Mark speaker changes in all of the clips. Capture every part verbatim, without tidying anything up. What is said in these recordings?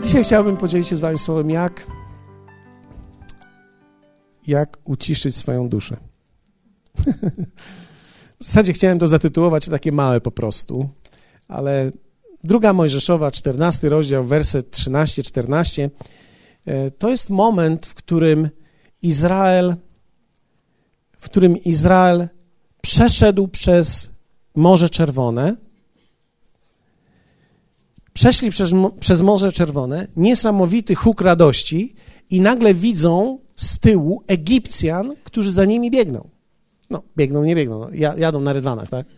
Speaker 1: Dzisiaj chciałbym podzielić się z wami słowem, jak, jak uciszyć swoją duszę. W zasadzie chciałem to zatytułować takie małe po prostu, ale druga Mojżeszowa, czternasty rozdział, werset trzynaście czternaście, to jest moment, w którym Izrael, w którym Izrael przeszedł przez Morze Czerwone, przeszli przez, przez Morze Czerwone, niesamowity huk radości i nagle widzą z tyłu Egipcjan, którzy za nimi biegną. No, biegną, nie biegną, no, jadą na rydwanach, tak?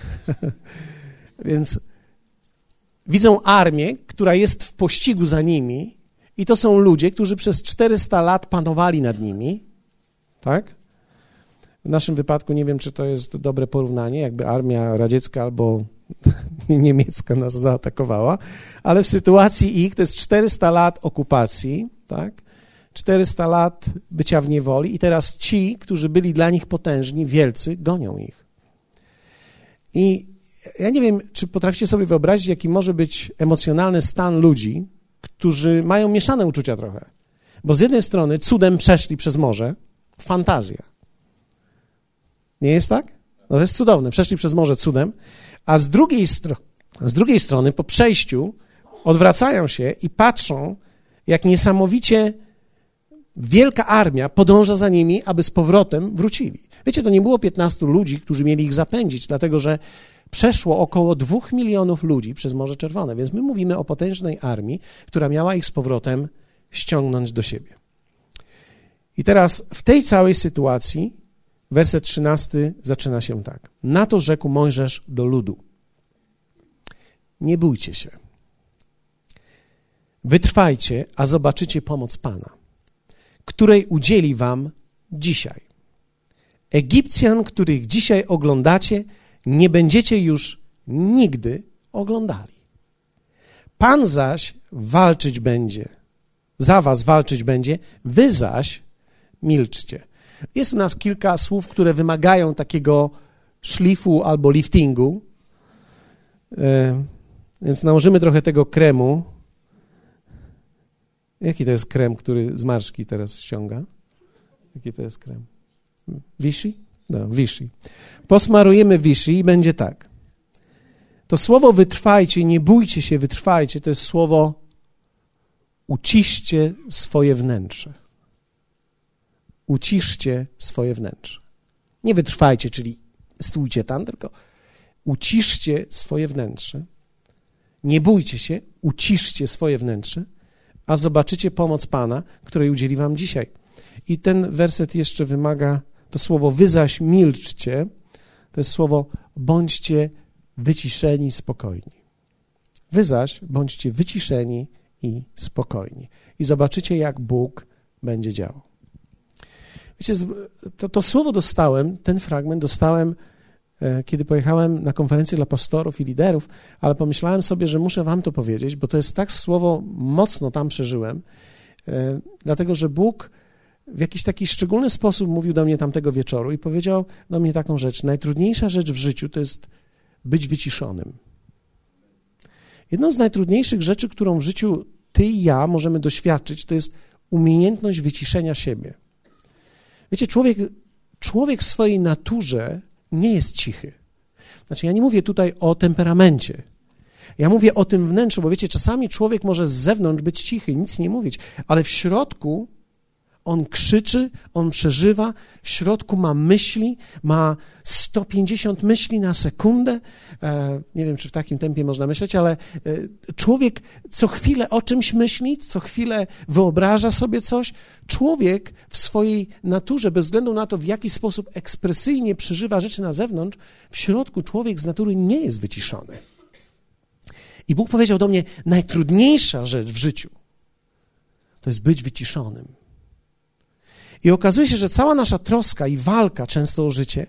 Speaker 1: Więc widzą armię, która jest w pościgu za nimi i to są ludzie, którzy przez czterysta lat panowali nad nimi, tak? W naszym wypadku nie wiem, czy to jest dobre porównanie, jakby armia radziecka albo niemiecka nas zaatakowała, ale w sytuacji ich to jest czterysta lat okupacji, tak? czterysta lat bycia w niewoli i teraz ci, którzy byli dla nich potężni, wielcy, gonią ich. I ja nie wiem, czy potraficie sobie wyobrazić, jaki może być emocjonalny stan ludzi, którzy mają mieszane uczucia trochę. Bo z jednej strony cudem przeszli przez morze, fantazja. Nie jest tak? No to jest cudowne, przeszli przez morze cudem, a z drugiej, stro- z drugiej strony po przejściu odwracają się i patrzą, jak niesamowicie wielka armia podąża za nimi, aby z powrotem wrócili. Wiecie, to nie było piętnastu ludzi, którzy mieli ich zapędzić, dlatego że przeszło około dwóch milionów ludzi przez Morze Czerwone, więc my mówimy o potężnej armii, która miała ich z powrotem ściągnąć do siebie. I teraz w tej całej sytuacji werset trzynasty zaczyna się tak. Na to rzekł Mojżesz do ludu. Nie bójcie się. Wytrwajcie, a zobaczycie pomoc Pana, której udzieli wam dzisiaj. Egipcjan, których dzisiaj oglądacie, nie będziecie już nigdy oglądali. Pan zaś walczyć będzie, za was walczyć będzie, wy zaś milczcie. Jest u nas kilka słów, które wymagają takiego szlifu albo liftingu, więc nałożymy trochę tego kremu. Jaki to jest krem, który zmarszki teraz ściąga? Jaki to jest krem? Vichy? No, Vichy. Posmarujemy Vichy i będzie tak. To słowo wytrwajcie, nie bójcie się, wytrwajcie, to jest słowo uciszcie swoje wnętrze. Uciszcie swoje wnętrze. Nie wytrwajcie, czyli stójcie tam, tylko uciszcie swoje wnętrze. Nie bójcie się, uciszcie swoje wnętrze, a zobaczycie pomoc Pana, której udzieli wam dzisiaj. I ten werset jeszcze wymaga, to słowo wy zaś milczcie, to jest słowo bądźcie wyciszeni, spokojni. Wy zaś bądźcie wyciszeni i spokojni. I zobaczycie, jak Bóg będzie działał. Wiecie, to, to słowo dostałem, ten fragment dostałem, e, kiedy pojechałem na konferencję dla pastorów i liderów, ale pomyślałem sobie, że muszę wam to powiedzieć, bo to jest tak słowo, mocno tam przeżyłem, e, dlatego że Bóg w jakiś taki szczególny sposób mówił do mnie tamtego wieczoru i powiedział do mnie taką rzecz. Najtrudniejsza rzecz w życiu to jest być wyciszonym. Jedną z najtrudniejszych rzeczy, którą w życiu ty i ja możemy doświadczyć, to jest umiejętność wyciszenia siebie. Wiecie, człowiek, człowiek w swojej naturze nie jest cichy. Znaczy, ja nie mówię tutaj o temperamencie. Ja mówię o tym wnętrzu, bo wiecie, czasami człowiek może z zewnątrz być cichy, nic nie mówić, ale w środku on krzyczy, on przeżywa, w środku ma myśli, ma sto pięćdziesiąt myśli na sekundę. E, nie wiem, czy w takim tempie można myśleć, ale e, człowiek co chwilę o czymś myśli, co chwilę wyobraża sobie coś. Człowiek w swojej naturze, bez względu na to, w jaki sposób ekspresyjnie przeżywa rzeczy na zewnątrz, w środku człowiek z natury nie jest wyciszony. I Bóg powiedział do mnie, najtrudniejsza rzecz w życiu to jest być wyciszonym. I okazuje się, że cała nasza troska i walka często o życie,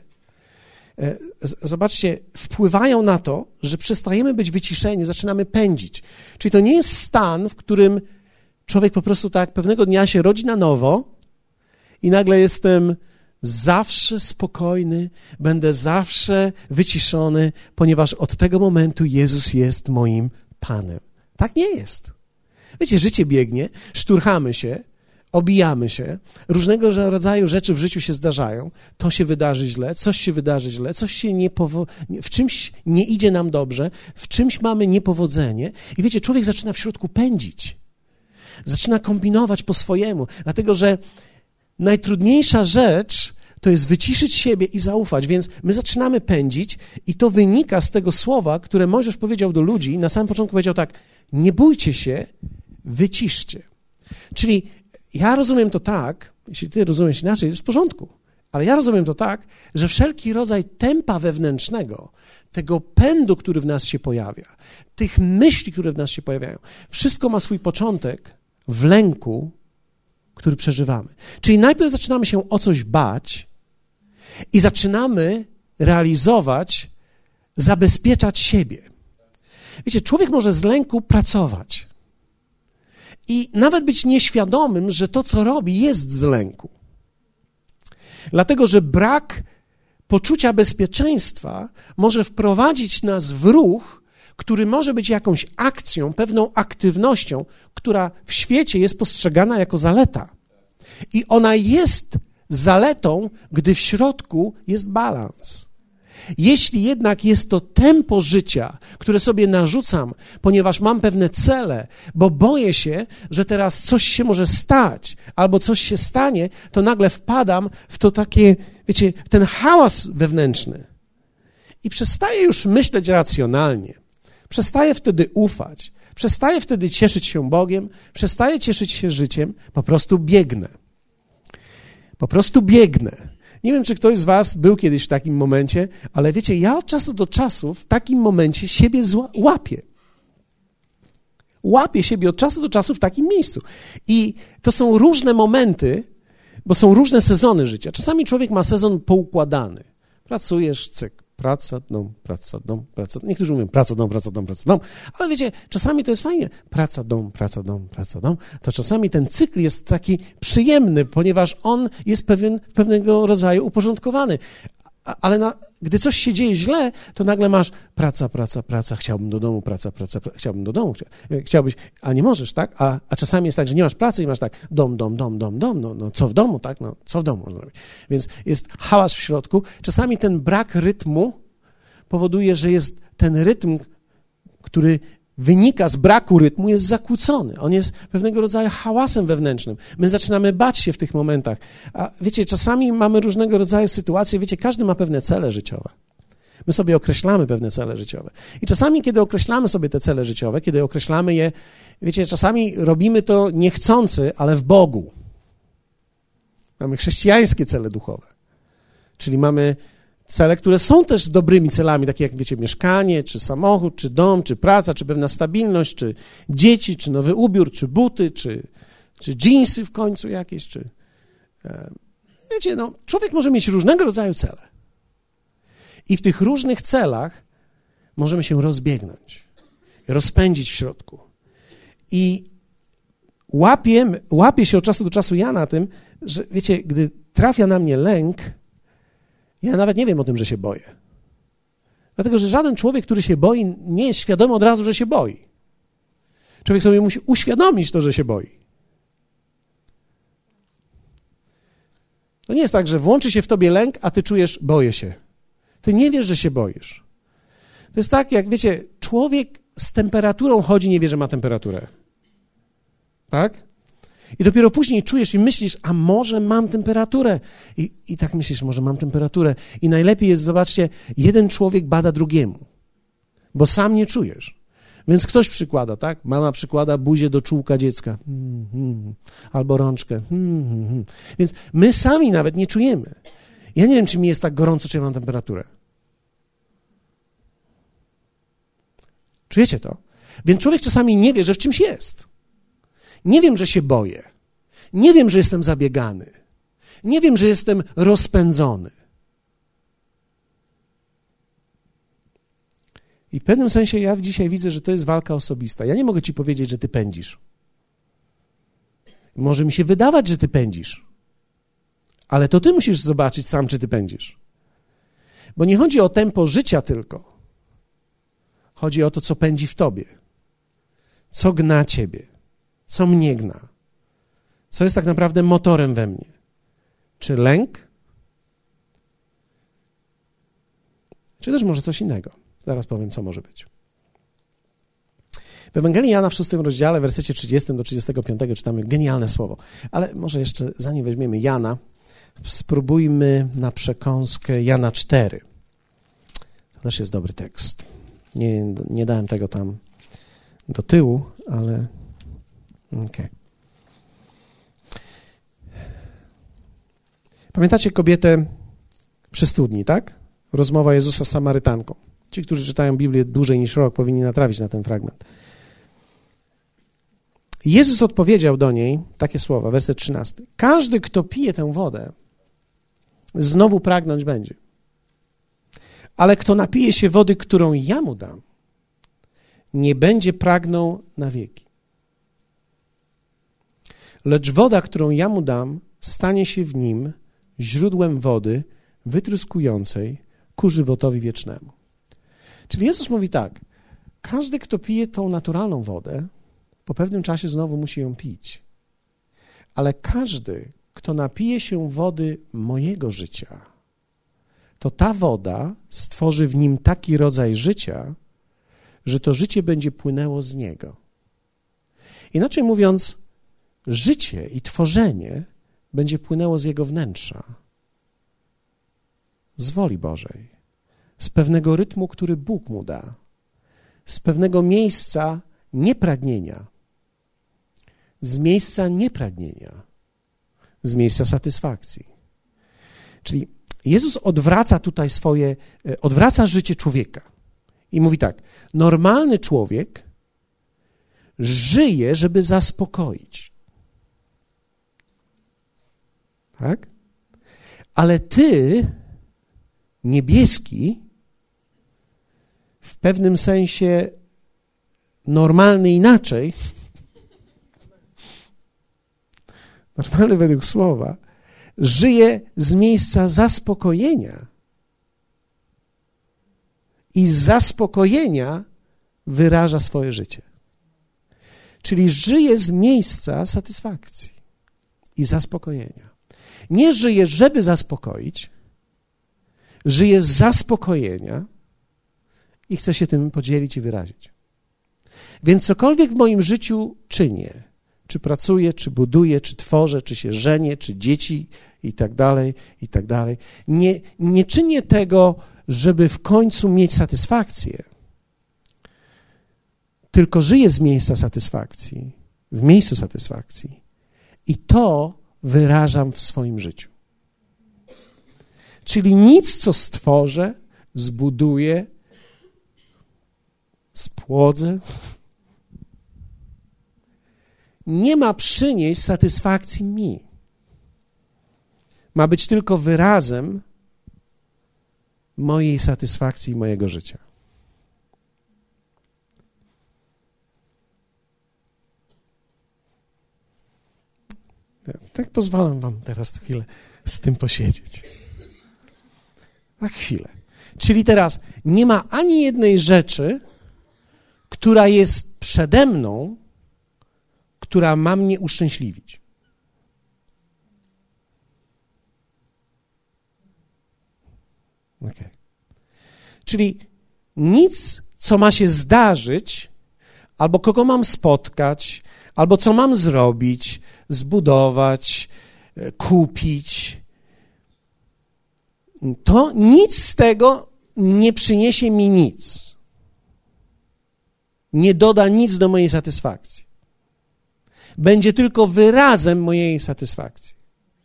Speaker 1: zobaczcie, wpływają na to, że przestajemy być wyciszeni, zaczynamy pędzić. Czyli to nie jest stan, w którym człowiek po prostu tak pewnego dnia się rodzi na nowo i nagle jestem zawsze spokojny, będę zawsze wyciszony, ponieważ od tego momentu Jezus jest moim Panem. Tak nie jest. Wiecie, życie biegnie, szturchamy się, obijamy się, różnego rodzaju rzeczy w życiu się zdarzają, to się wydarzy źle, coś się wydarzy źle, coś się nie powo- w czymś nie idzie nam dobrze, w czymś mamy niepowodzenie i wiecie, człowiek zaczyna w środku pędzić, zaczyna kombinować po swojemu, dlatego że najtrudniejsza rzecz to jest wyciszyć siebie i zaufać, więc my zaczynamy pędzić i to wynika z tego słowa, które Mojżesz powiedział do ludzi, na samym początku powiedział tak, nie bójcie się, wyciszcie. Czyli ja rozumiem to tak, jeśli ty rozumiesz inaczej, jest w porządku, ale ja rozumiem to tak, że wszelki rodzaj tempa wewnętrznego, tego pędu, który w nas się pojawia, tych myśli, które w nas się pojawiają, wszystko ma swój początek w lęku, który przeżywamy. Czyli najpierw zaczynamy się o coś bać i zaczynamy realizować, zabezpieczać siebie. Wiecie, człowiek może z lęku pracować i nawet być nieświadomym, że to, co robi, jest z lęku. Dlatego, że brak poczucia bezpieczeństwa może wprowadzić nas w ruch, który może być jakąś akcją, pewną aktywnością, która w świecie jest postrzegana jako zaleta. I ona jest zaletą, gdy w środku jest balans. Jeśli jednak jest to tempo życia, które sobie narzucam, ponieważ mam pewne cele, bo boję się, że teraz coś się może stać, albo coś się stanie, to nagle wpadam w to takie, wiecie, ten hałas wewnętrzny. I przestaję już myśleć racjonalnie. Przestaję wtedy ufać. Przestaję wtedy cieszyć się Bogiem. Przestaję cieszyć się życiem. Po prostu biegnę. Po prostu biegnę. Nie wiem, czy ktoś z was był kiedyś w takim momencie, ale wiecie, ja od czasu do czasu w takim momencie siebie zła- łapię. Łapię siebie od czasu do czasu w takim miejscu. I to są różne momenty, bo są różne sezony życia. Czasami człowiek ma sezon poukładany. Pracujesz, cyk, praca, dom, praca, dom, praca. Niektórzy mówią praca, dom, praca, dom, praca, dom. Ale wiecie, czasami to jest fajnie. Praca, dom, praca, dom, praca, dom. To czasami ten cykl jest taki przyjemny, ponieważ on jest pewien, pewnego rodzaju uporządkowany. A, ale na, gdy coś się dzieje źle, to nagle masz praca, praca, praca, chciałbym do domu, praca, praca, praca chciałbym do domu, chciałbyś, a nie możesz, tak? A, a czasami jest tak, że nie masz pracy i masz tak dom, dom, dom, dom, dom, no, no co w domu, tak? No, co w domu można robić? Więc jest hałas w środku. Czasami ten brak rytmu powoduje, że jest ten rytm, który wynika z braku rytmu, jest zakłócony. On jest pewnego rodzaju hałasem wewnętrznym. My zaczynamy bać się w tych momentach. A wiecie, czasami mamy różnego rodzaju sytuacje, wiecie, każdy ma pewne cele życiowe. My sobie określamy pewne cele życiowe. I czasami, kiedy określamy sobie te cele życiowe, kiedy określamy je, wiecie, czasami robimy to niechcący, ale w Bogu. Mamy chrześcijańskie cele duchowe. Czyli mamy cele, które są też dobrymi celami, takie jak, wiecie, mieszkanie, czy samochód, czy dom, czy praca, czy pewna stabilność, czy dzieci, czy nowy ubiór, czy buty, czy, czy dżinsy w końcu jakieś, czy... Wiecie, no, człowiek może mieć różnego rodzaju cele. I w tych różnych celach możemy się rozbiegnąć, rozpędzić w środku. I łapię, łapię się od czasu do czasu ja na tym, że, wiecie, gdy trafia na mnie lęk, ja nawet nie wiem o tym, że się boję. Dlatego, że żaden człowiek, który się boi, nie jest świadomy od razu, że się boi. Człowiek sobie musi uświadomić to, że się boi. To nie jest tak, że włączy się w tobie lęk, a ty czujesz, boję się. Ty nie wiesz, że się boisz. To jest tak, jak wiecie, człowiek z temperaturą chodzi, nie wie, że ma temperaturę. Tak? I dopiero później czujesz i myślisz, a może mam temperaturę. I, I tak myślisz, może mam temperaturę. I najlepiej jest, zobaczcie, jeden człowiek bada drugiemu, bo sam nie czujesz. Więc ktoś przykłada, tak? Mama przykłada buzię do czółka dziecka. Hmm, hmm. Albo rączkę. Hmm, hmm, hmm. Więc my sami nawet nie czujemy. Ja nie wiem, czy mi jest tak gorąco, czy ja mam temperaturę. Czujecie to? Więc człowiek czasami nie wie, że w czymś jest. Nie wiem, że się boję. Nie wiem, że jestem zabiegany. Nie wiem, że jestem rozpędzony. I w pewnym sensie ja dzisiaj widzę, że to jest walka osobista. Ja nie mogę ci powiedzieć, że ty pędzisz. Może mi się wydawać, że ty pędzisz. Ale to ty musisz zobaczyć sam, czy ty pędzisz. Bo nie chodzi o tempo życia tylko. Chodzi o to, co pędzi w tobie. Co gna ciebie. Co mnie gna? Co jest tak naprawdę motorem we mnie? Czy lęk? Czy też może coś innego? Zaraz powiem, co może być. W Ewangelii Jana w szóstym rozdziale, w wersecie trzydziestym do trzydziestego piątego czytamy genialne słowo. Ale może jeszcze, zanim weźmiemy Jana, spróbujmy na przekąskę Jana cztery. To też jest dobry tekst. Nie, nie dałem tego tam do tyłu, ale okej. Okay. Pamiętacie kobietę przy studni, tak? Rozmowa Jezusa z Samarytanką. Ci, którzy czytają Biblię dłużej niż rok, powinni natrafić na ten fragment. Jezus odpowiedział do niej takie słowa, werset trzynasty. Każdy, kto pije tę wodę, znowu pragnąć będzie. Ale kto napije się wody, którą ja mu dam, nie będzie pragnął na wieki. Lecz woda, którą ja mu dam, stanie się w nim źródłem wody wytryskującej ku żywotowi wiecznemu. Czyli Jezus mówi tak, każdy, kto pije tą naturalną wodę, po pewnym czasie znowu musi ją pić. Ale każdy, kto napije się wody mojego życia, to ta woda stworzy w nim taki rodzaj życia, że to życie będzie płynęło z niego. Inaczej mówiąc, życie i tworzenie będzie płynęło z jego wnętrza, z woli Bożej, z pewnego rytmu, który Bóg mu da, z pewnego miejsca niepragnienia, z miejsca niepragnienia, z miejsca satysfakcji. Czyli Jezus odwraca tutaj swoje, odwraca życie człowieka i mówi tak, normalny człowiek żyje, żeby zaspokoić. Tak? Ale ty, niebieski, w pewnym sensie normalny inaczej, normalny według słowa, żyje z miejsca zaspokojenia i z zaspokojenia wyraża swoje życie. Czyli żyje z miejsca satysfakcji i zaspokojenia. Nie żyje, żeby zaspokoić, żyje z zaspokojenia i chce się tym podzielić i wyrazić. Więc cokolwiek w moim życiu czynię, czy pracuję, czy buduję, czy tworzę, czy się żenię, czy dzieci i tak dalej, i tak dalej, nie, nie czynię tego, żeby w końcu mieć satysfakcję, tylko żyję z miejsca satysfakcji, w miejscu satysfakcji i to wyrażam w swoim życiu. Czyli nic, co stworzę, zbuduję, spłodzę, nie ma przynieść satysfakcji mi. Ma być tylko wyrazem mojej satysfakcji i mojego życia. Tak pozwalam wam teraz chwilę z tym posiedzieć. Na chwilę. Czyli teraz nie ma ani jednej rzeczy, która jest przede mną, która ma mnie uszczęśliwić. Okay. Czyli nic, co ma się zdarzyć, albo kogo mam spotkać, albo co mam zrobić, zbudować, kupić, to nic z tego nie przyniesie mi nic. Nie doda nic do mojej satysfakcji. Będzie tylko wyrazem mojej satysfakcji.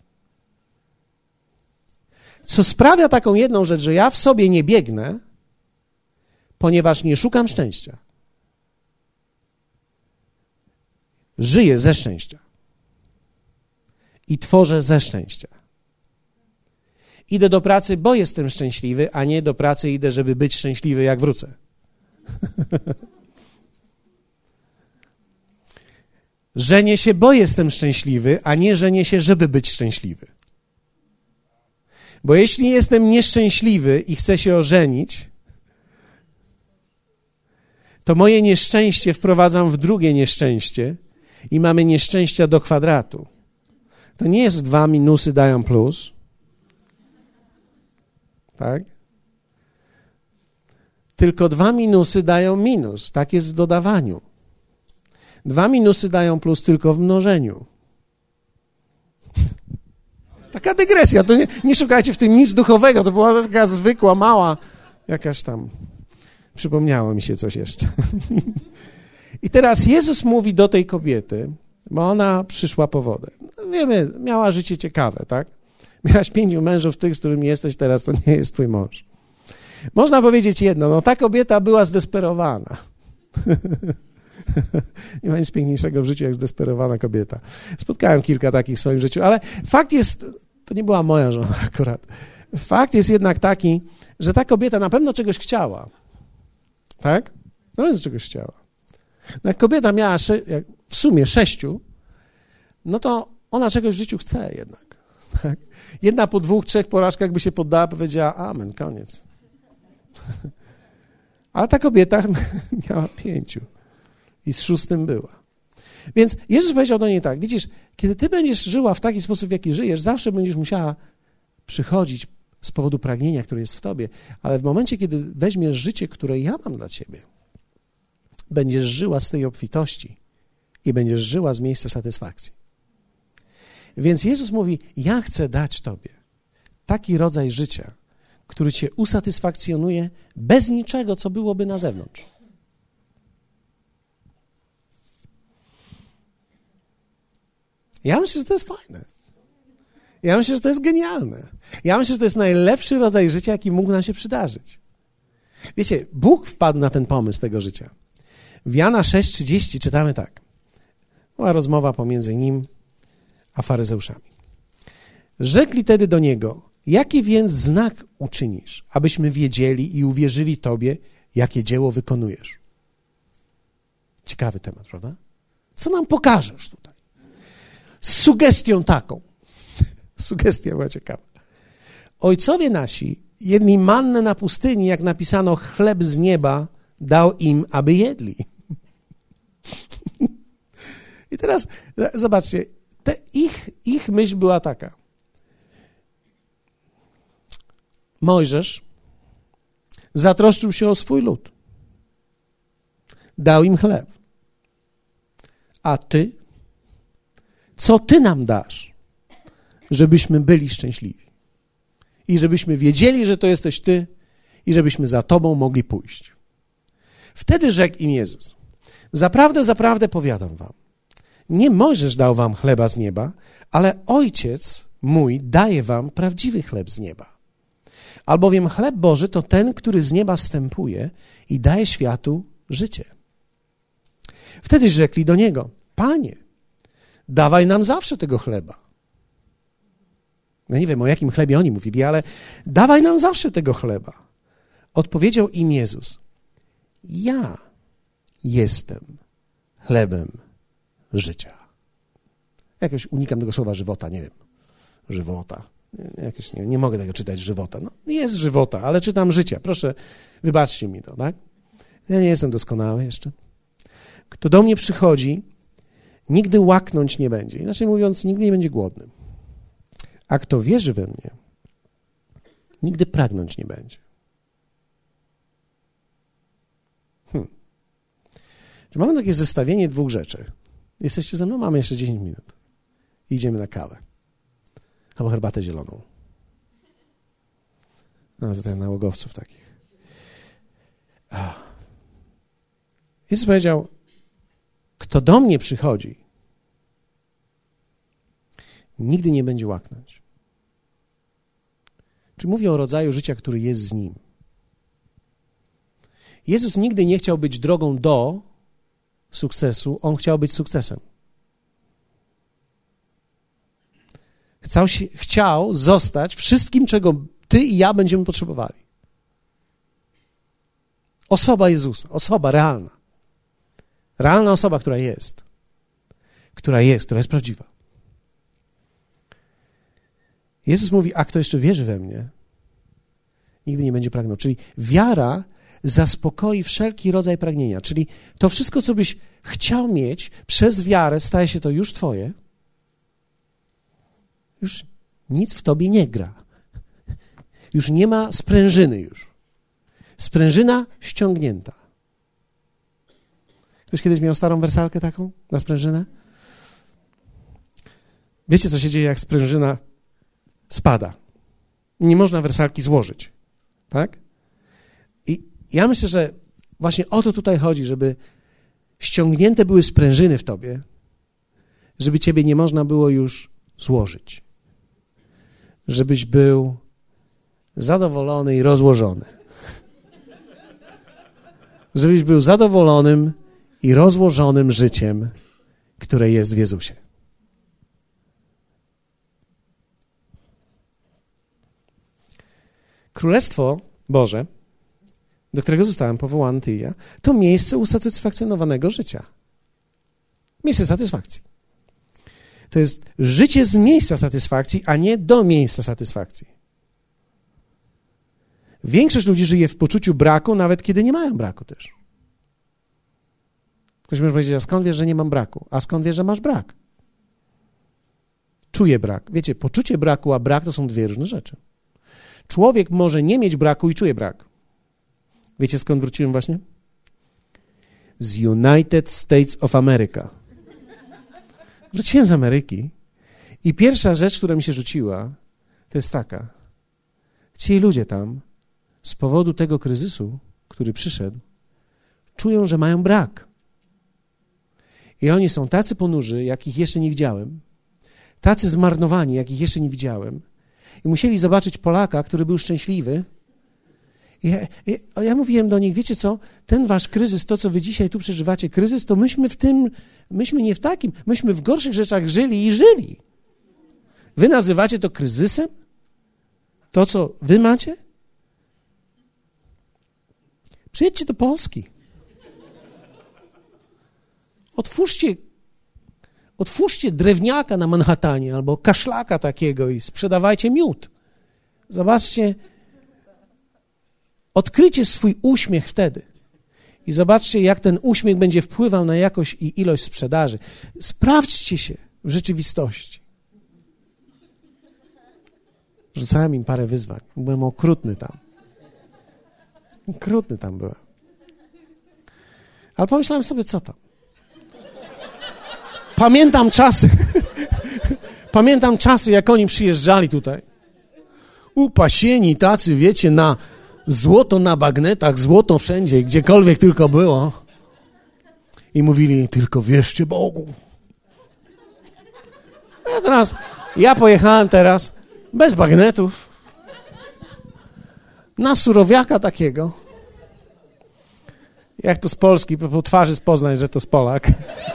Speaker 1: Co sprawia taką jedną rzecz, że ja w sobie nie biegnę, ponieważ nie szukam szczęścia. Żyję ze szczęścia. I tworzę ze szczęścia. Idę do pracy, bo jestem szczęśliwy, a nie do pracy idę, żeby być szczęśliwy, jak wrócę. Żenię się, bo jestem szczęśliwy, a nie żenię się, żeby być szczęśliwy. Bo jeśli jestem nieszczęśliwy i chcę się ożenić, to moje nieszczęście wprowadzam w drugie nieszczęście i mamy nieszczęścia do kwadratu, to nie jest dwa minusy dają plus, tak? Tylko dwa minusy dają minus. Tak jest w dodawaniu. Dwa minusy dają plus tylko w mnożeniu. Taka dygresja. To nie, nie szukajcie w tym nic duchowego. To była taka zwykła, mała, jakaś tam. Przypomniało mi się coś jeszcze. I teraz Jezus mówi do tej kobiety, bo ona przyszła po wodę. No wiemy, miała życie ciekawe, tak? Miałaś pięciu mężów, tych, z którymi jesteś teraz, to nie jest twój mąż. Można powiedzieć jedno, no ta kobieta była zdesperowana. Nie ma nic piękniejszego w życiu, jak zdesperowana kobieta. Spotkałem kilka takich w swoim życiu, ale fakt jest, to nie była moja żona akurat, fakt jest jednak taki, że ta kobieta na pewno czegoś chciała. Tak? Na pewno czegoś chciała. No jak kobieta miała sze- jak w sumie sześciu, no to ona czegoś w życiu chce jednak. Tak? Jedna po dwóch, trzech porażkach by się poddała, powiedziała amen, koniec. Ale ta kobieta miała pięciu i z szóstym była. Więc Jezus powiedział do niej tak, widzisz, kiedy ty będziesz żyła w taki sposób, w jaki żyjesz, zawsze będziesz musiała przychodzić z powodu pragnienia, które jest w tobie, ale w momencie, kiedy weźmiesz życie, które ja mam dla ciebie, będziesz żyła z tej obfitości i będziesz żyła z miejsca satysfakcji. Więc Jezus mówi, ja chcę dać tobie taki rodzaj życia, który cię usatysfakcjonuje bez niczego, co byłoby na zewnątrz. Ja myślę, że to jest fajne. Ja myślę, że to jest genialne. Ja myślę, że to jest najlepszy rodzaj życia, jaki mógł nam się przydarzyć. Wiecie, Bóg wpadł na ten pomysł tego życia. W Jana sześć trzydzieści czytamy tak. Była rozmowa pomiędzy nim a faryzeuszami. Rzekli tedy do niego, jaki więc znak uczynisz, abyśmy wiedzieli i uwierzyli Tobie, jakie dzieło wykonujesz? Ciekawy temat, prawda? Co nam pokażesz tutaj? Z sugestią taką. Sugestia była ciekawa. Ojcowie nasi jedli mannę na pustyni, jak napisano, chleb z nieba dał im, aby jedli. I teraz zobaczcie, te ich, ich myśl była taka. Mojżesz zatroszczył się o swój lud. Dał im chleb. A ty? Co ty nam dasz, żebyśmy byli szczęśliwi? I żebyśmy wiedzieli, że to jesteś ty i żebyśmy za tobą mogli pójść. Wtedy rzekł im Jezus, zaprawdę, zaprawdę powiadam wam, nie Mojżesz dał wam chleba z nieba, ale Ojciec mój daje wam prawdziwy chleb z nieba. Albowiem chleb Boży to ten, który z nieba zstępuje i daje światu życie. Wtedy rzekli do Niego, Panie, dawaj nam zawsze tego chleba. No nie wiem, o jakim chlebie oni mówili, ale dawaj nam zawsze tego chleba. Odpowiedział im Jezus, ja jestem chlebem życia. Jakoś unikam tego słowa żywota, nie wiem, żywota. Jakoś nie, nie mogę tego czytać żywota. No, jest żywota, ale czytam życia. Proszę, wybaczcie mi to, tak? Ja nie jestem doskonały jeszcze. Kto do mnie przychodzi, nigdy łaknąć nie będzie. Inaczej mówiąc, nigdy nie będzie głodny. A kto wierzy we mnie, nigdy pragnąć nie będzie. Hmm. Czy mamy takie zestawienie dwóch rzeczy? Jesteście ze mną? Mamy jeszcze dziesięć minut. Idziemy na kawę. Albo herbatę zieloną. No, to tak nałogowców takich. Jezus powiedział, kto do mnie przychodzi, nigdy nie będzie łaknąć. Czy mówię o rodzaju życia, który jest z Nim. Jezus nigdy nie chciał być drogą do sukcesu, On chciał być sukcesem. Chciał, się, chciał zostać wszystkim, czego ty i ja będziemy potrzebowali. Osoba Jezusa, osoba realna. Realna osoba, która jest. Która jest, która jest prawdziwa. Jezus mówi, a kto jeszcze wierzy we mnie, nigdy nie będzie pragnął. Czyli wiara zaspokoi wszelki rodzaj pragnienia. Czyli to wszystko, co byś chciał mieć, przez wiarę staje się to już twoje. Już nic w tobie nie gra. Już nie ma sprężyny już. Sprężyna ściągnięta. Ktoś kiedyś miał starą wersalkę taką na sprężynę? Wiecie, co się dzieje, jak sprężyna spada? Nie można wersalki złożyć. Tak? I ja myślę, że właśnie o to tutaj chodzi, żeby ściągnięte były sprężyny w tobie, żeby ciebie nie można było już złożyć. Żebyś był zadowolony i rozłożony. Żebyś był zadowolonym i rozłożonym życiem, które jest w Jezusie. Królestwo Boże, do którego zostałem powołany ty i ja, to miejsce usatysfakcjonowanego życia. Miejsce satysfakcji. To jest życie z miejsca satysfakcji, a nie do miejsca satysfakcji. Większość ludzi żyje w poczuciu braku, nawet kiedy nie mają braku też. Ktoś może powiedzieć, a skąd wiesz, że nie mam braku? A skąd wiesz, że masz brak? Czuję brak. Wiecie, poczucie braku, a brak to są dwie różne rzeczy. Człowiek może nie mieć braku i czuje brak. Wiecie, skąd wróciłem właśnie? Z United States of America. Wróciłem z Ameryki i pierwsza rzecz, która mi się rzuciła, to jest taka. Ci ludzie tam z powodu tego kryzysu, który przyszedł, czują, że mają brak. I oni są tacy ponurzy, jakich jeszcze nie widziałem, tacy zmarnowani, jakich jeszcze nie widziałem. I musieli zobaczyć Polaka, który był szczęśliwy. I ja, i ja mówiłem do nich, wiecie co, ten wasz kryzys, to co wy dzisiaj tu przeżywacie, kryzys, to myśmy w tym, myśmy nie w takim, myśmy w gorszych rzeczach żyli i żyli. Wy nazywacie to kryzysem? To, co wy macie? Przyjedźcie do Polski. Otwórzcie, otwórzcie drewniaka na Manhattanie albo kaszlaka takiego i sprzedawajcie miód. Zobaczcie, odkryjcie swój uśmiech wtedy i zobaczcie, jak ten uśmiech będzie wpływał na jakość i ilość sprzedaży. Sprawdźcie się w rzeczywistości. Rzucałem im parę wyzwań. Byłem okrutny tam. Okrutny tam byłem. Ale pomyślałem sobie, co tam? Pamiętam czasy. Pamiętam czasy, jak oni przyjeżdżali tutaj. Upasieni tacy, wiecie, na złoto na bagnetach, złoto wszędzie, gdziekolwiek tylko było. I mówili, tylko wierzcie Bogu. Ja teraz, ja pojechałem teraz bez bagnetów na surowiaka takiego. Jak to z Polski, po twarzy poznać, że to z Polak.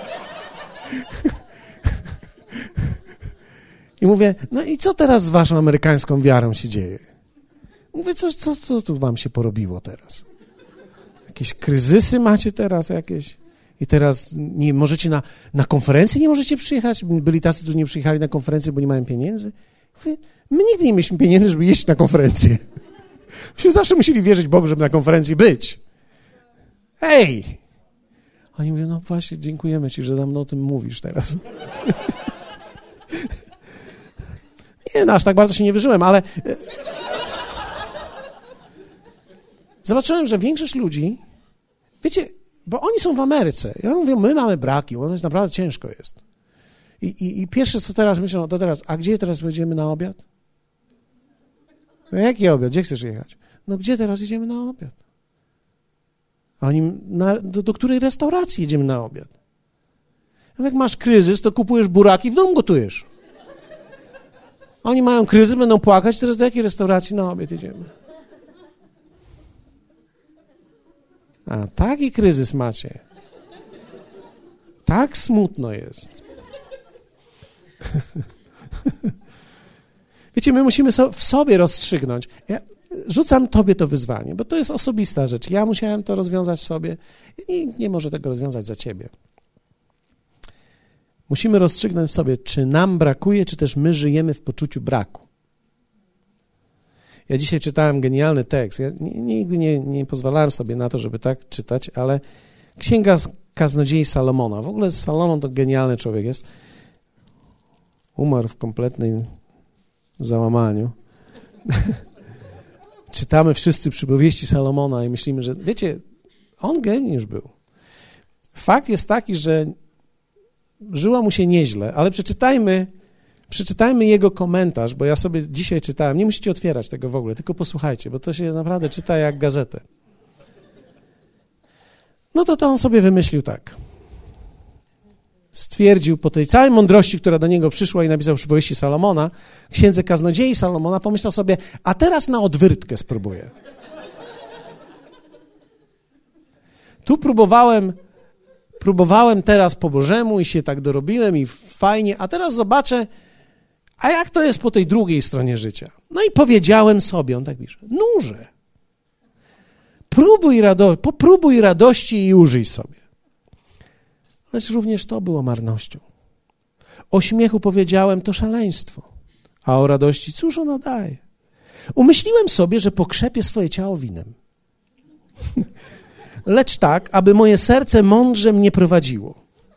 Speaker 1: I mówię, no i co teraz z waszą amerykańską wiarą się dzieje? Mówię, co, co, co tu wam się porobiło teraz? Jakieś kryzysy macie teraz jakieś? I teraz nie możecie na, na konferencję nie możecie przyjechać? Byli tacy, którzy nie przyjechali na konferencję, bo nie mają pieniędzy? Mówię, my nigdy nie mieliśmy pieniędzy, żeby jeździć na konferencję. Myśmy zawsze musieli wierzyć Bogu, żeby na konferencji być. Hej! Oni mówią, no właśnie, dziękujemy ci, że nam o tym mówisz teraz. Nie, no aż tak bardzo się nie wyżyłem, ale zobaczyłem, że większość ludzi, wiecie, bo oni są w Ameryce. Ja mówię, my mamy braki, bo to jest naprawdę ciężko jest. I, i, i pierwsze, co teraz myślą, to teraz, a gdzie teraz pojedziemy na obiad? No jaki obiad? Gdzie chcesz jechać? No gdzie teraz jedziemy na obiad? A oni, na, do, do której restauracji jedziemy na obiad? No jak masz kryzys, to kupujesz buraki, w domu gotujesz. Oni mają kryzys, będą płakać, teraz do jakiej restauracji na obiad jedziemy? A taki kryzys macie. Tak smutno jest. Wiecie, my musimy so, w sobie rozstrzygnąć. Ja rzucam tobie to wyzwanie, bo to jest osobista rzecz. Ja musiałem to rozwiązać w sobie i nie może tego rozwiązać za ciebie. Musimy rozstrzygnąć sobie, czy nam brakuje, czy też my żyjemy w poczuciu braku. Ja dzisiaj czytałem genialny tekst. Ja nigdy nie, nie pozwalałem sobie na to, żeby tak czytać, ale Księga Kaznodziei Salomona. W ogóle Salomon to genialny człowiek jest. Umarł w kompletnym załamaniu. Czytamy wszyscy przypowieści Salomona i myślimy, że wiecie, on geniusz był. Fakt jest taki, że żyło mu się nieźle, ale przeczytajmy, przeczytajmy jego komentarz, bo ja sobie dzisiaj czytałem. Nie musicie otwierać tego w ogóle, tylko posłuchajcie, bo to się naprawdę czyta jak gazetę. No to to on sobie wymyślił tak. Stwierdził po tej całej mądrości, która do niego przyszła i napisał przypowieści Salomona, Księdze Kaznodziei Salomona, pomyślał sobie, a teraz na odwyrtkę spróbuję. Tu próbowałem, próbowałem teraz po Bożemu i się tak dorobiłem i fajnie, a teraz zobaczę, a jak to jest po tej drugiej stronie życia? No i powiedziałem sobie, on tak pisze, nurze, próbuj rado- popróbuj radości i użyj sobie. Lecz również to było marnością. O śmiechu powiedziałem, to szaleństwo, a o radości cóż ona daje? Umyśliłem sobie, że pokrzepię swoje ciało winem. Lecz tak, aby moje serce mądrze mnie prowadziło.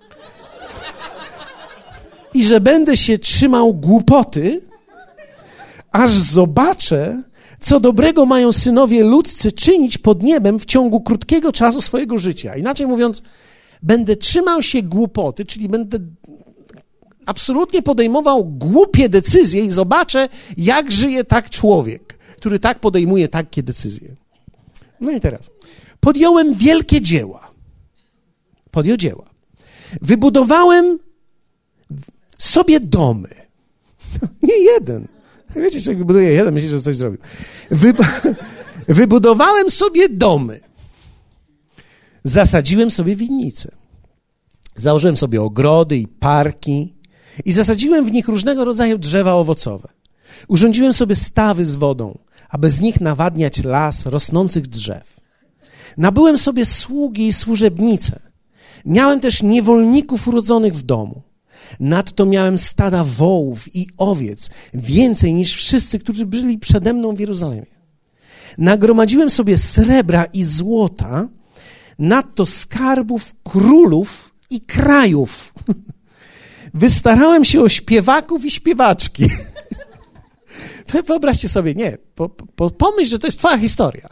Speaker 1: I że będę się trzymał głupoty, aż zobaczę, co dobrego mają synowie ludzcy czynić pod niebem w ciągu krótkiego czasu swojego życia. Inaczej mówiąc, będę trzymał się głupoty, czyli będę absolutnie podejmował głupie decyzje i zobaczę, jak żyje tak człowiek, który tak podejmuje takie decyzje. No i teraz. Podjąłem wielkie dzieła. Podjął dzieła. Wybudowałem sobie domy. Nie jeden. Wiecie, że jak wybuduje jeden, myślisz, że coś zrobił. Wyb- Wybudowałem sobie domy. Zasadziłem sobie winnice. Założyłem sobie ogrody i parki i zasadziłem w nich różnego rodzaju drzewa owocowe. Urządziłem sobie stawy z wodą, aby z nich nawadniać las rosnących drzew. Nabyłem sobie sługi i służebnice. Miałem też niewolników urodzonych w domu. Nadto miałem stada wołów i owiec, więcej niż wszyscy, którzy byli przede mną w Jerozolimie. Nagromadziłem sobie srebra i złota, nadto skarbów królów i krajów. Wystarałem się o śpiewaków i śpiewaczki. Wyobraźcie sobie, nie, po, po, pomyśl, że to jest twoja historia.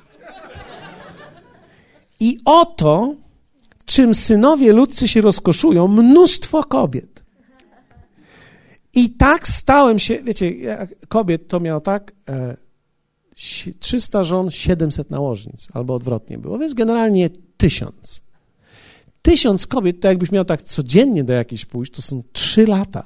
Speaker 1: I oto, czym synowie ludzcy się rozkoszują, mnóstwo kobiet. I tak stałem się, wiecie, kobiet to miał tak, e, trzysta żon, siedemset nałożnic, albo odwrotnie było, więc generalnie tysiąc. Tysiąc kobiet, to jakbyś miał tak codziennie do jakiejś pójść, to są trzy lata,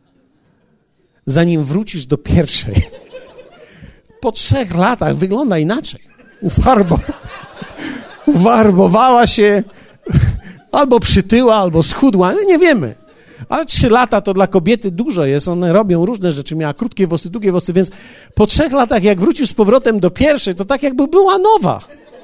Speaker 1: zanim wrócisz do pierwszej. Po trzech latach wygląda inaczej. Ufarbo, ufarbowała się, albo przytyła, albo schudła, nie wiemy. Ale trzy lata to dla kobiety dużo jest, one robią różne rzeczy, miała krótkie włosy, długie włosy, więc po trzech latach, jak wrócisz z powrotem do pierwszej, to tak jakby była nowa.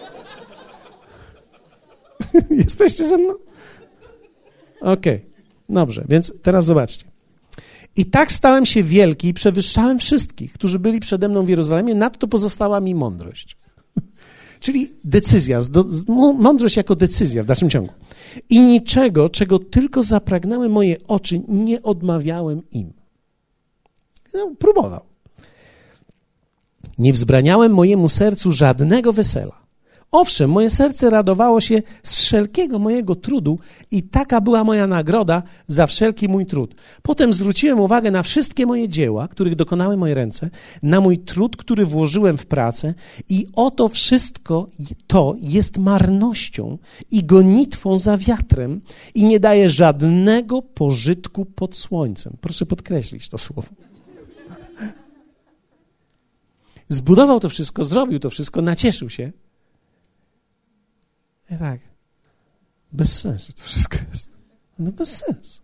Speaker 1: Jesteście ze mną? Okej, okay. Dobrze, więc teraz zobaczcie. I tak stałem się wielki i przewyższałem wszystkich, którzy byli przede mną w Jerozolimie, nadto pozostała mi mądrość. Czyli decyzja, mądrość jako decyzja w dalszym ciągu. I niczego, czego tylko zapragnęły moje oczy, nie odmawiałem im. No, próbował. Nie wzbraniałem mojemu sercu żadnego wesela. Owszem, moje serce radowało się z wszelkiego mojego trudu i taka była moja nagroda za wszelki mój trud. Potem zwróciłem uwagę na wszystkie moje dzieła, których dokonały moje ręce, na mój trud, który włożyłem w pracę i oto wszystko to jest marnością i gonitwą za wiatrem i nie daje żadnego pożytku pod słońcem. Proszę podkreślić to słowo. Zbudował to wszystko, zrobił to wszystko, nacieszył się. I tak, bez sensu to wszystko jest. No bez sensu.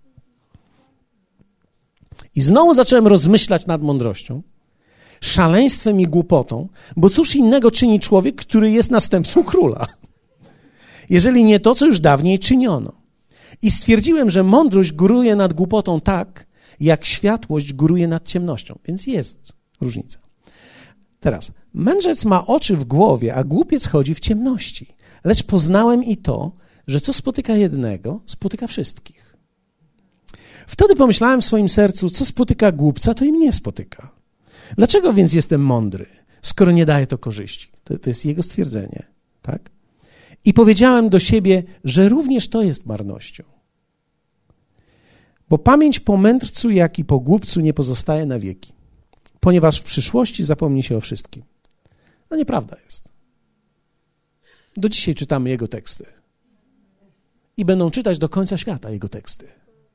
Speaker 1: I znowu zacząłem rozmyślać nad mądrością, szaleństwem i głupotą, bo cóż innego czyni człowiek, który jest następcą króla, jeżeli nie to, co już dawniej czyniono. I stwierdziłem, że mądrość góruje nad głupotą tak, jak światłość góruje nad ciemnością. Więc jest różnica. Teraz, mędrzec ma oczy w głowie, a głupiec chodzi w ciemności. Lecz poznałem i to, że co spotyka jednego, spotyka wszystkich. Wtedy pomyślałem w swoim sercu, co spotyka głupca, to i mnie spotyka. Dlaczego więc jestem mądry, skoro nie daje to korzyści? To, to jest jego stwierdzenie, tak? I powiedziałem do siebie, że również to jest marnością. Bo pamięć po mędrcu, jak i po głupcu nie pozostaje na wieki, ponieważ w przyszłości zapomni się o wszystkim. No nieprawda jest. Do dzisiaj czytamy jego teksty. I będą czytać do końca świata jego teksty.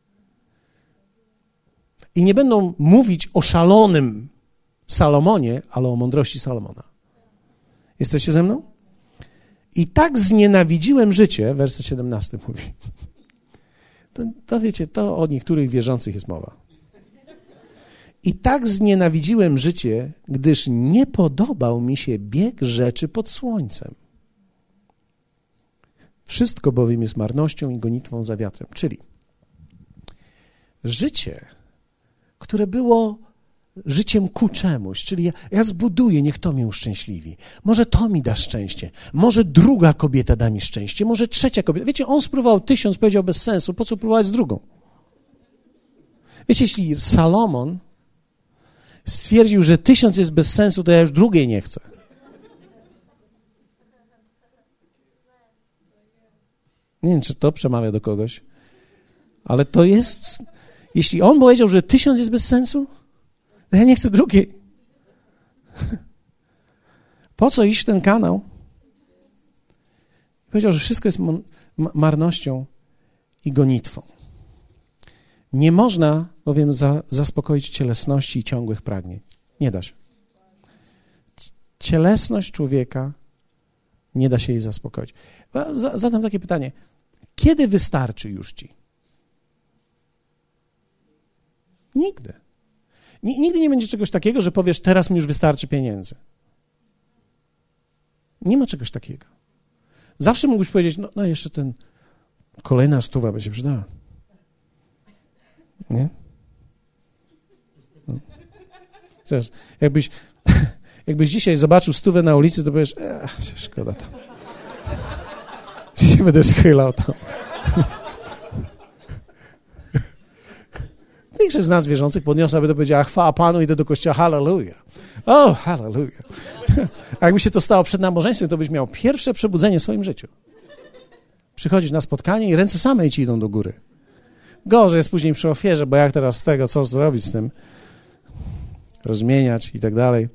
Speaker 1: I nie będą mówić o szalonym Salomonie, ale o mądrości Salomona. Jesteście ze mną? I tak znienawidziłem życie, werset siedemnasty mówi. To, to wiecie, to o niektórych wierzących jest mowa. I tak znienawidziłem życie, gdyż nie podobał mi się bieg rzeczy pod słońcem. Wszystko bowiem jest marnością i gonitwą za wiatrem. Czyli życie, które było życiem ku czemuś, czyli ja, ja zbuduję, niech to mnie uszczęśliwi. Może to mi da szczęście, może druga kobieta da mi szczęście, może trzecia kobieta. Wiecie, on spróbował tysiąc, powiedział bez sensu, po co próbować z drugą? Wiecie, jeśli Salomon stwierdził, że tysiąc jest bez sensu, to ja już drugiej nie chcę. Nie wiem, czy to przemawia do kogoś, ale to jest... Jeśli on powiedział, że tysiąc jest bez sensu, to ja nie chcę drugiej. Po co iść w ten kanał? Powiedział, że wszystko jest marnością i gonitwą. Nie można bowiem za, zaspokoić cielesności i ciągłych pragnień. Nie da się. Cielesność człowieka nie da się jej zaspokoić. Zadam takie pytanie. Kiedy wystarczy już ci? Nigdy. Nigdy nie będzie czegoś takiego, że powiesz, teraz mi już wystarczy pieniędzy. Nie ma czegoś takiego. Zawsze mógłbyś powiedzieć, no, no jeszcze ten, kolejna stuwa by się przydała. Nie? No. Zresztą, jakbyś, jakbyś dzisiaj zobaczył stówę na ulicy, to powiesz, e, szkoda tam. Się będę schylał tam. Większość z nas wierzących podniosłaby to powiedziała, chwała Panu, idę do kościoła, hallelujah. O, hallelujah. A jakby się to stało przed nabożeństwem, to byś miał pierwsze przebudzenie w swoim życiu. Przychodzisz na spotkanie i ręce same ci idą do góry. Gorzej jest później przy ofierze, bo jak teraz z tego, co zrobić z tym? Rozmieniać i tak dalej.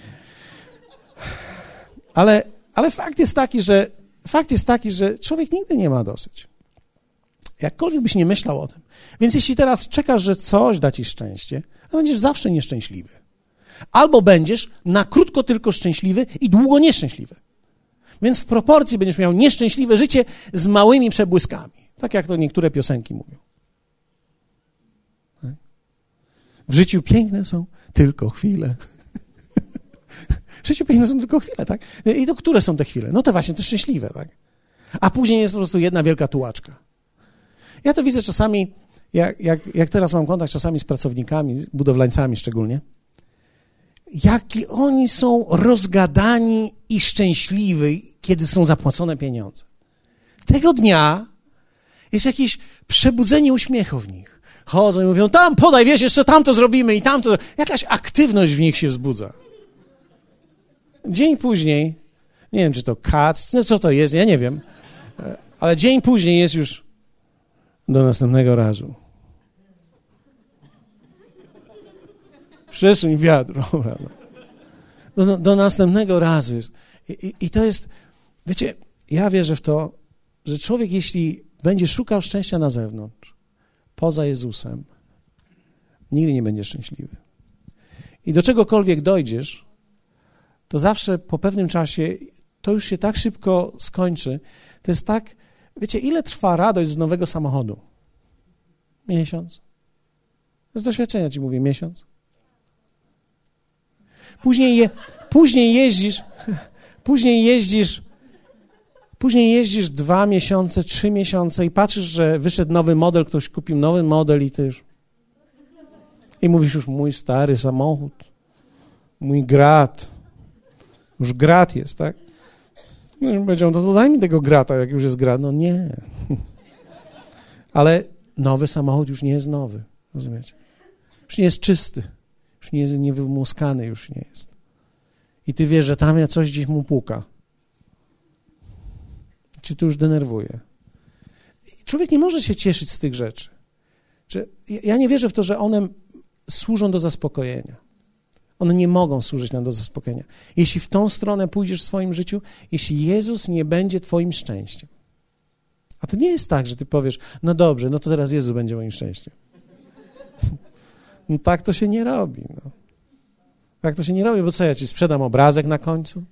Speaker 1: Ale, ale fakt jest taki, że fakt jest taki, że człowiek nigdy nie ma dosyć. Jakkolwiek byś nie myślał o tym. Więc jeśli teraz czekasz, że coś da ci szczęście, to będziesz zawsze nieszczęśliwy. Albo będziesz na krótko tylko szczęśliwy i długo nieszczęśliwy. Więc w proporcji będziesz miał nieszczęśliwe życie z małymi przebłyskami. Tak jak to niektóre piosenki mówią. W życiu piękne są tylko chwile. W życiu piękne są tylko chwile, tak? I to które są te chwile? No to właśnie te szczęśliwe, tak? A później jest po prostu jedna wielka tułaczka. Ja to widzę czasami, jak, jak, jak teraz mam kontakt czasami z pracownikami, budowlańcami szczególnie, jaki oni są rozgadani i szczęśliwi, kiedy są zapłacone pieniądze. Tego dnia jest jakieś przebudzenie uśmiechu w nich. Chodzą i mówią, tam podaj, wiesz, jeszcze tamto zrobimy i tamto. Jakaś aktywność w nich się wzbudza. Dzień później, nie wiem, czy to kac, no co to jest, ja nie wiem, ale dzień później jest już do następnego razu. Przesuń wiadro. Do, do następnego razu jest. I, i, I to jest, wiecie, ja wierzę w to, że człowiek, jeśli będzie szukał szczęścia na zewnątrz, poza Jezusem, nigdy nie będzie szczęśliwy. I do czegokolwiek dojdziesz, to zawsze po pewnym czasie to już się tak szybko skończy. To jest tak, wiecie, ile trwa radość z nowego samochodu? Miesiąc. Z doświadczenia ci mówię, miesiąc. Później, je, później jeździsz, później jeździsz, później jeździsz dwa miesiące, trzy miesiące i patrzysz, że wyszedł nowy model, ktoś kupił nowy model i ty już... I mówisz już, mój stary samochód, mój grat, Już grat jest, tak? No, powiedział, no to daj mi tego grata, jak już jest grat. No nie. Ale nowy samochód już nie jest nowy, rozumiecie? Już nie jest czysty, już nie jest niewymuskany, już nie jest. I ty wiesz, że tam coś gdzieś mu puka. Cię to już denerwuje. I człowiek nie może się cieszyć z tych rzeczy. Ja nie wierzę w to, że one służą do zaspokojenia. One nie mogą służyć nam do zaspokojenia. Jeśli w tą stronę pójdziesz w swoim życiu, jeśli Jezus nie będzie twoim szczęściem. A to nie jest tak, że ty powiesz, no dobrze, no to teraz Jezus będzie moim szczęściem. No tak to się nie robi. No. Tak to się nie robi, bo co, ja ci sprzedam obrazek na końcu?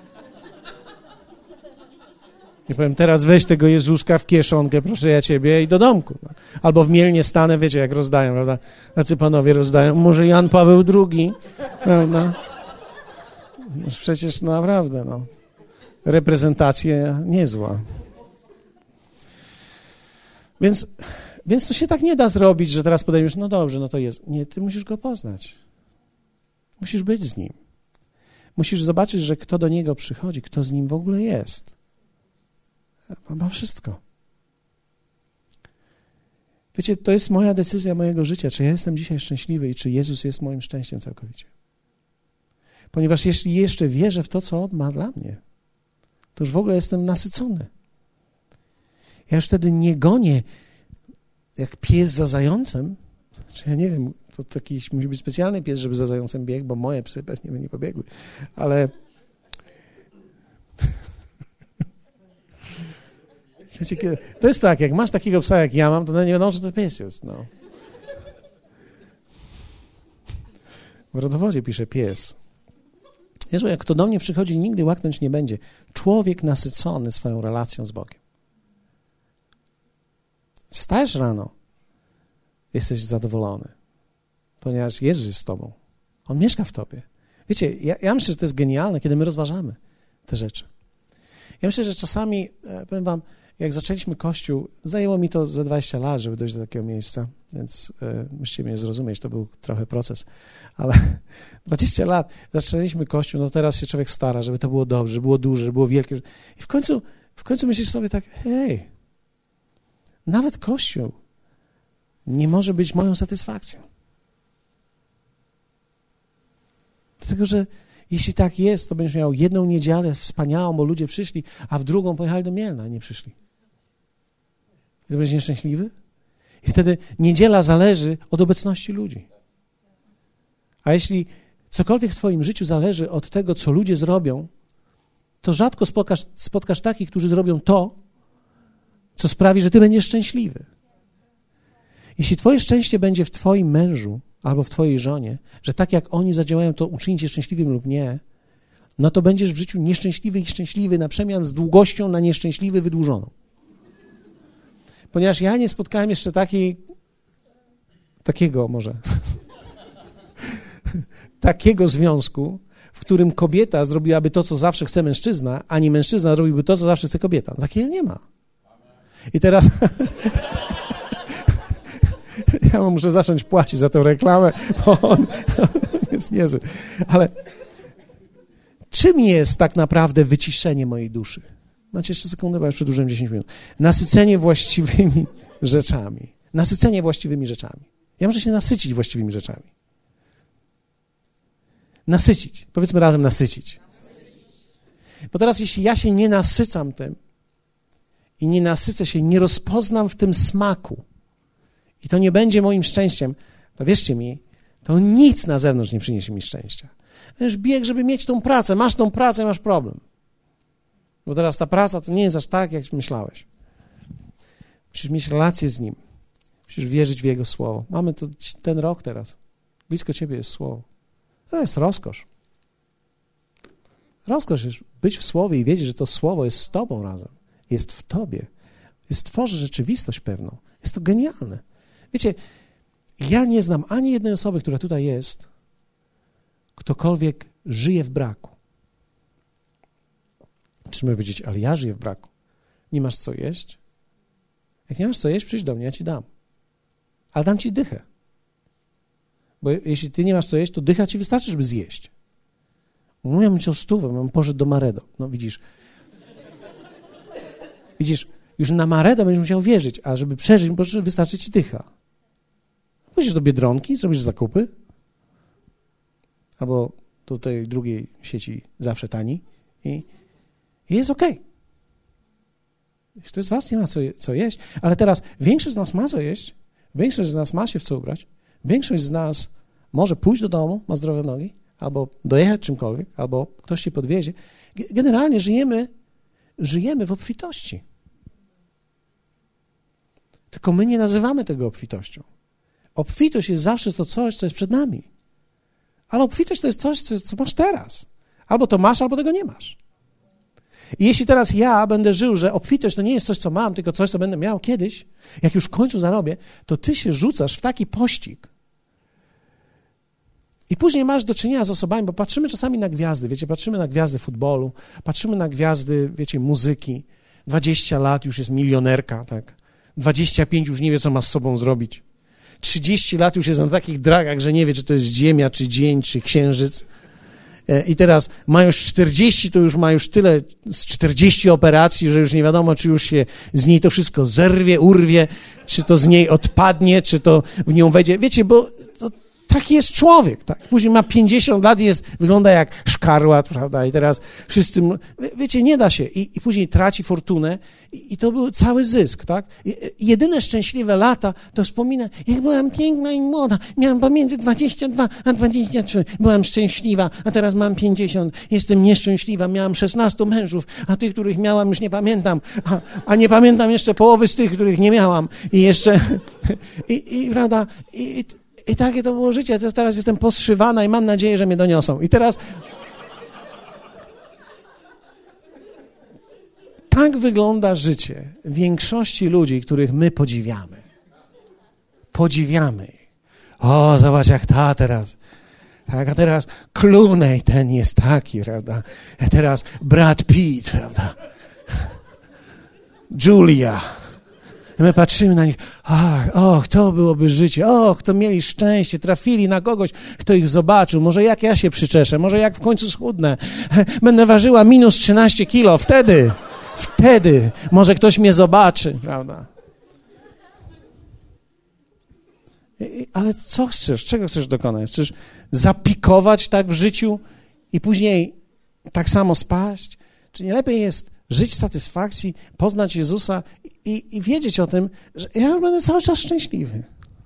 Speaker 1: I powiem, teraz weź tego Jezuska w kieszonkę, proszę ja ciebie, i do domku. No. Albo w Mielnie stanę, wiecie, jak rozdają, prawda? Tacy panowie rozdają, może Jan Paweł drugi, prawda? No przecież no, naprawdę, no. Reprezentacja niezła. Więc, więc to się tak nie da zrobić, że teraz podejmiesz, no dobrze, no to jest. Nie, ty musisz go poznać. Musisz być z nim. Musisz zobaczyć, że kto do niego przychodzi, kto z nim w ogóle jest. Ma wszystko. Wiecie, to jest moja decyzja mojego życia, czy ja jestem dzisiaj szczęśliwy i czy Jezus jest moim szczęściem całkowicie. Ponieważ jeśli jeszcze wierzę w to, co On ma dla mnie, to już w ogóle jestem nasycony. Ja już wtedy nie gonię jak pies za zającem. Znaczy, ja nie wiem, to taki musi być specjalny pies, żeby za zającem biegł, bo moje psy pewnie by nie pobiegły. Ale wiecie, to jest tak, jak masz takiego psa, jak ja mam, to nie wiadomo, że to pies jest. No. W rodowodzie pisze pies. Jezu, jak kto do mnie przychodzi, nigdy łaknąć nie będzie. Człowiek nasycony swoją relacją z Bogiem. Wstajesz rano, jesteś zadowolony, ponieważ Jezus jest z tobą. On mieszka w tobie. Wiecie, ja, ja myślę, że to jest genialne, kiedy my rozważamy te rzeczy. Ja myślę, że czasami, powiem wam, jak zaczęliśmy Kościół, zajęło mi to ze dwadzieścia lat, żeby dojść do takiego miejsca, więc y, musicie mnie zrozumieć, to był trochę proces, ale dwadzieścia lat zaczęliśmy Kościół, no teraz się człowiek stara, żeby to było dobrze, żeby było duże, żeby było wielkie. I w końcu, w końcu myślisz sobie tak, hej, nawet Kościół nie może być moją satysfakcją. Dlatego, że jeśli tak jest, to będziesz miał jedną niedzielę wspaniałą, bo ludzie przyszli, a w drugą pojechali do Mielna, a nie przyszli. I to będziesz nieszczęśliwy? I wtedy niedziela zależy od obecności ludzi. A jeśli cokolwiek w twoim życiu zależy od tego, co ludzie zrobią, to rzadko spotkasz, spotkasz takich, którzy zrobią to, co sprawi, że ty będziesz szczęśliwy. Jeśli twoje szczęście będzie w twoim mężu albo w twojej żonie, że tak jak oni zadziałają, to uczyni cię szczęśliwym lub nie, no to będziesz w życiu nieszczęśliwy i szczęśliwy na przemian z długością na nieszczęśliwy wydłużoną. Ponieważ ja nie spotkałem jeszcze takiej, takiego może, takiego związku, w którym kobieta zrobiłaby to, co zawsze chce mężczyzna, a nie mężczyzna zrobiłby to, co zawsze chce kobieta. No takiego nie ma. I teraz ja muszę zacząć płacić za tę reklamę, bo on jest niezły. Ale czym jest tak naprawdę wyciszenie mojej duszy? Macie jeszcze sekundę, bo już przedłużyłem dziesięć minut. Nasycenie właściwymi rzeczami. Nasycenie właściwymi rzeczami. Ja muszę się nasycić właściwymi rzeczami. Nasycić. Powiedzmy razem nasycić. Bo teraz jeśli ja się nie nasycam tym i nie nasycę się, nie rozpoznam w tym smaku i to nie będzie moim szczęściem, to wierzcie mi, to nic na zewnątrz nie przyniesie mi szczęścia. Też bieg, żeby mieć tą pracę. Masz tą pracę, masz problem. Bo teraz ta praca to nie jest aż tak, jak myślałeś. Musisz mieć relację z Nim. Musisz wierzyć w Jego Słowo. Mamy to ten rok teraz. Blisko Ciebie jest Słowo. To jest rozkosz. Rozkosz jest być w Słowie i wiedzieć, że to Słowo jest z Tobą razem. Jest w Tobie. Jest, tworzy rzeczywistość pewną. Jest to genialne. Wiecie, ja nie znam ani jednej osoby, która tutaj jest, ktokolwiek żyje w braku. Czy możesz powiedzieć, ale ja żyję w braku. Nie masz co jeść? Jak nie masz co jeść, przyjdź do mnie, ja ci dam. Ale dam ci dychę. Bo jeśli ty nie masz co jeść, to dycha ci wystarczy, żeby zjeść. Mówię, bym chciał stówę, bym poszedł do Maredo. No widzisz. Widzisz, już na Maredo będziesz musiał wierzyć, a żeby przeżyć, wystarczy ci dycha. Pójdziesz do Biedronki, zrobisz zakupy, albo do tej drugiej sieci zawsze tani i, i jest okej. Okay. Ktoś z was nie ma co, co jeść, ale teraz większość z nas ma co jeść, większość z nas ma się w co ubrać, większość z nas może pójść do domu, ma zdrowe nogi, albo dojechać czymkolwiek, albo ktoś się podwiezie. Generalnie żyjemy, żyjemy w obfitości. Tylko my nie nazywamy tego obfitością. Obfitość jest zawsze to coś, co jest przed nami. Ale obfitość to jest coś, co, co masz teraz. Albo to masz, albo tego nie masz. I jeśli teraz ja będę żył, że obfitość to nie jest coś, co mam, tylko coś, co będę miał kiedyś, jak już w końcu zarobię, to ty się rzucasz w taki pościg. I później masz do czynienia z osobami, bo patrzymy czasami na gwiazdy, wiecie, patrzymy na gwiazdy futbolu, patrzymy na gwiazdy, wiecie, muzyki. dwadzieścia lat już jest milionerka, tak? dwadzieścia pięć już nie wie, co ma z sobą zrobić. trzydzieści lat już jest na takich dragach, że nie wie, czy to jest ziemia, czy dzień, czy księżyc. I teraz ma już czterdzieści, to już ma już tyle, z czterdzieści operacji, że już nie wiadomo, czy już się z niej to wszystko zerwie, urwie, czy to z niej odpadnie, czy to w nią wejdzie. Wiecie, bo to taki jest człowiek, tak? Później ma pięćdziesiąt lat i jest, wygląda jak szkarłat, prawda? I teraz wszyscy, wiecie, nie da się. I, i później traci fortunę i, i to był cały zysk, tak? I, jedyne szczęśliwe lata to wspomina, jak byłam piękna i młoda, miałam pomiędzy dwadzieścia dwa a dwadzieścia trzy, byłam szczęśliwa, a teraz mam pięćdziesiąt, jestem nieszczęśliwa, miałam szesnastu mężów, a tych, których miałam, już nie pamiętam, a, a nie pamiętam jeszcze połowy z tych, których nie miałam. I jeszcze, i, i prawda, i, i I takie to było życie. Teraz jestem poszywana i mam nadzieję, że mnie doniosą. I teraz tak wygląda życie większości ludzi, których my podziwiamy. Podziwiamy ich. O, zobacz jak ta teraz. Tak, a teraz Clooney, ten jest taki, prawda? A teraz Brad Pitt, prawda? Julia. I my patrzymy na nich, ach, och, to byłoby życie, och, to mieli szczęście, trafili na kogoś, kto ich zobaczył, może jak ja się przyczeszę, może jak w końcu schudnę, będę ważyła minus trzynaście kilo, wtedy, wtedy może ktoś mnie zobaczy, prawda? I, ale co chcesz, czego chcesz dokonać? Chcesz zapikować tak w życiu i później tak samo spaść? Czy nie lepiej jest żyć w satysfakcji, poznać Jezusa i, i wiedzieć o tym, że ja będę cały czas szczęśliwy.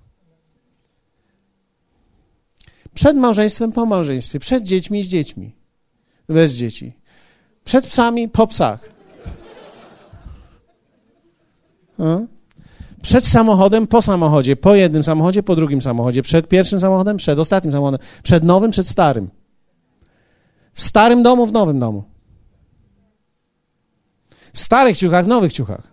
Speaker 1: Przed małżeństwem, po małżeństwie, przed dziećmi i z dziećmi, bez dzieci, przed psami, po psach. No. Przed samochodem, po samochodzie, po jednym samochodzie, po drugim samochodzie, przed pierwszym samochodem, przed ostatnim samochodem, przed nowym, przed starym. W starym domu, w nowym domu. W starych ciuchach, w nowych ciuchach.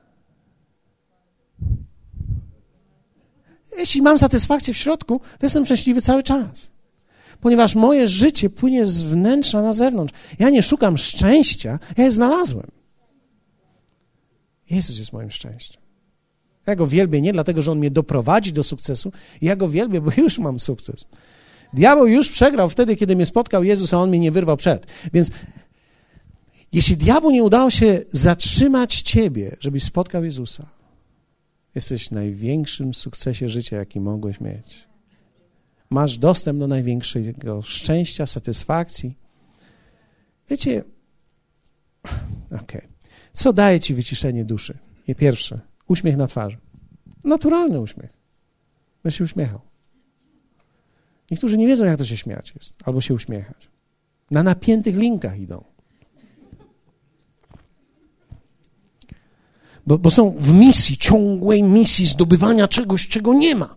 Speaker 1: Jeśli mam satysfakcję w środku, to jestem szczęśliwy cały czas. Ponieważ moje życie płynie z wnętrza na zewnątrz. Ja nie szukam szczęścia, ja je znalazłem. Jezus jest moim szczęściem. Ja Go wielbię nie dlatego, że On mnie doprowadzi do sukcesu, ja Go wielbię, bo już mam sukces. Diabeł już przegrał wtedy, kiedy mnie spotkał Jezus, a On mnie nie wyrwał przed. Więc jeśli diabłu nie udało się zatrzymać ciebie, żebyś spotkał Jezusa, jesteś w największym sukcesie życia, jaki mogłeś mieć. Masz dostęp do największego szczęścia, satysfakcji. Wiecie, okej, okay. Co daje ci wyciszenie duszy? I pierwsze, uśmiech na twarzy. Naturalny uśmiech. Będę się uśmiechał. Niektórzy nie wiedzą, jak to się śmiać jest, albo się uśmiechać. Na napiętych linkach idą. Bo, bo są w misji, ciągłej misji zdobywania czegoś, czego nie ma.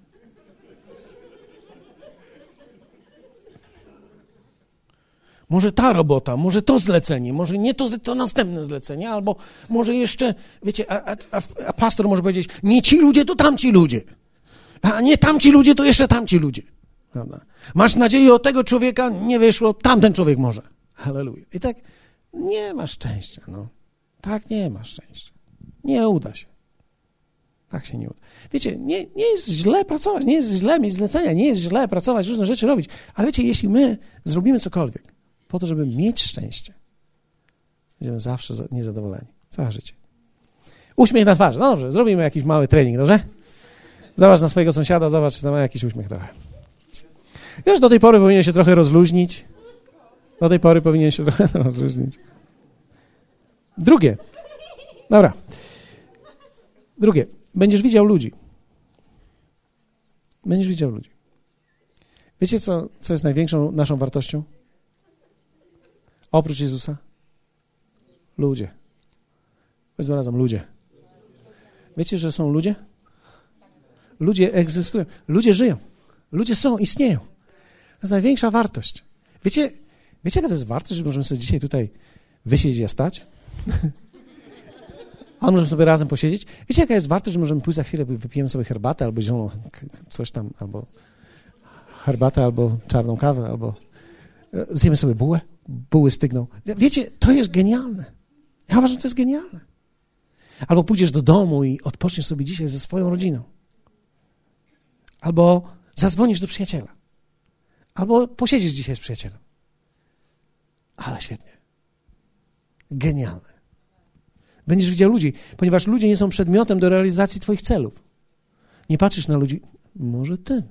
Speaker 1: Może ta robota, może to zlecenie, może nie to, to następne zlecenie, albo może jeszcze, wiecie, a, a, a pastor może powiedzieć, nie ci ludzie, to tamci ludzie. A nie tamci ludzie, to jeszcze tamci ludzie. Prawda? Masz nadzieję od tego człowieka, nie wyszło, tamten człowiek może. Halleluja. I tak nie ma szczęścia, no. Tak nie ma szczęścia. Nie uda się. Tak się nie uda. Wiecie, nie, nie jest źle pracować, nie jest źle mieć zlecenia, nie jest źle pracować, różne rzeczy robić, ale wiecie, jeśli my zrobimy cokolwiek po to, żeby mieć szczęście, będziemy zawsze niezadowoleni. Całe życie. Uśmiech na twarzy. No dobrze, zrobimy jakiś mały trening, dobrze? Zobacz na swojego sąsiada, zobacz, czy tam ma jakiś uśmiech trochę. Już do tej pory powinien się trochę rozluźnić. Do tej pory powinien się trochę rozluźnić. Drugie. Dobra. Drugie. Będziesz widział ludzi. Będziesz widział ludzi. Wiecie, co, co jest największą naszą wartością? Oprócz Jezusa? Ludzie. Powiedzmy razem, ludzie. Wiecie, że są ludzie? Ludzie egzystują. Ludzie żyją. Ludzie są, istnieją. To jest największa wartość. Wiecie, wiecie jaka to jest wartość, że możemy sobie dzisiaj tutaj wysiedzieć i stać? A możemy sobie razem posiedzieć? Wiecie, jaka jest wartość, że możemy pójść za chwilę, wypijemy sobie herbatę albo zieloną coś tam, albo herbatę, albo czarną kawę, albo zjemy sobie bułę, buły stygną. Wiecie, to jest genialne. Ja uważam, że to jest genialne. Albo pójdziesz do domu i odpoczniesz sobie dzisiaj ze swoją rodziną. Albo zadzwonisz do przyjaciela. Albo posiedzisz dzisiaj z przyjacielem. Ale świetnie. Genialne. Będziesz widział ludzi, ponieważ ludzie nie są przedmiotem do realizacji twoich celów. Nie patrzysz na ludzi, może ten.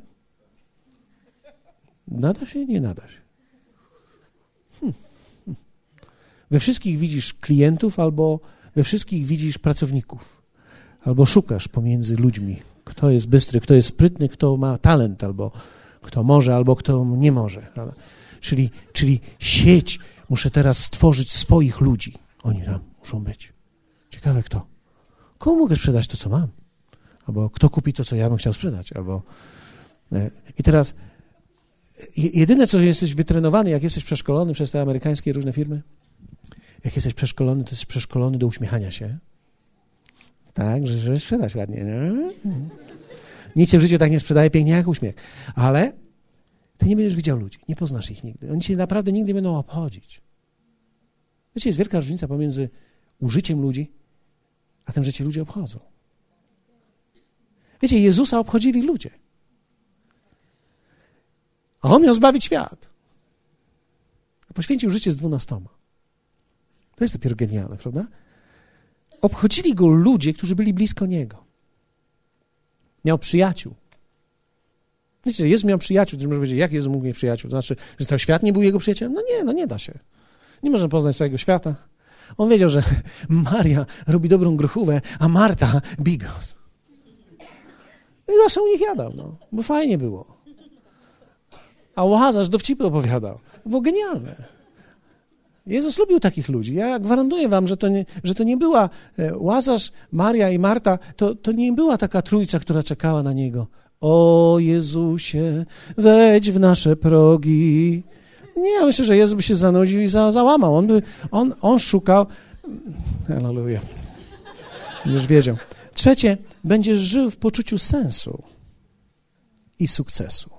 Speaker 1: Nada się, nie nada się. Hmm. We wszystkich widzisz klientów albo we wszystkich widzisz pracowników. Albo szukasz pomiędzy ludźmi, kto jest bystry, kto jest sprytny, kto ma talent, albo kto może, albo kto nie może. Prawda? Czyli, czyli sieć, muszę teraz stworzyć swoich ludzi. Oni tam muszą być. Ciekawe kto. Komu mogę sprzedać to, co mam? Albo kto kupi to, co ja bym chciał sprzedać? Albo... I teraz jedyne, co jesteś wytrenowany, jak jesteś przeszkolony przez te amerykańskie różne firmy, jak jesteś przeszkolony, to jesteś przeszkolony do uśmiechania się. Tak, że, że sprzedać ładnie. Nie? Nic się w życiu tak nie sprzedaje pięknie jak uśmiech. Ale ty nie będziesz widział ludzi, nie poznasz ich nigdy. Oni cię naprawdę nigdy nie będą obchodzić. Wiecie, jest wielka różnica pomiędzy użyciem ludzi, a tym, że cię ludzie obchodzą. Wiecie, Jezusa obchodzili ludzie. A On miał zbawić świat. A poświęcił życie z dwunastoma. To jest dopiero genialne, prawda? Obchodzili Go ludzie, którzy byli blisko Niego. Miał przyjaciół. Wiecie, Jezus miał przyjaciół, którzy może powiedzieć, jak Jezus mógł mieć przyjaciół? To znaczy, że cały świat nie był Jego przyjacielem? No nie, no nie da się. Nie można poznać całego świata. On wiedział, że Maria robi dobrą gruchówę, a Marta bigos. I zawsze u nich jadał, no, bo fajnie było. A Łazarz dowcipy opowiadał. To było genialne. Jezus lubił takich ludzi. Ja gwarantuję wam, że to nie, że to nie była Łazarz, Maria i Marta, to, to nie była taka trójca, która czekała na Niego. O Jezusie, wejdź w nasze progi. Nie, ja myślę, że Jezus by się zanudził i za, załamał. On, by, on, on szukał... Halleluja. Będziesz wiedział. Trzecie, będziesz żył w poczuciu sensu i sukcesu.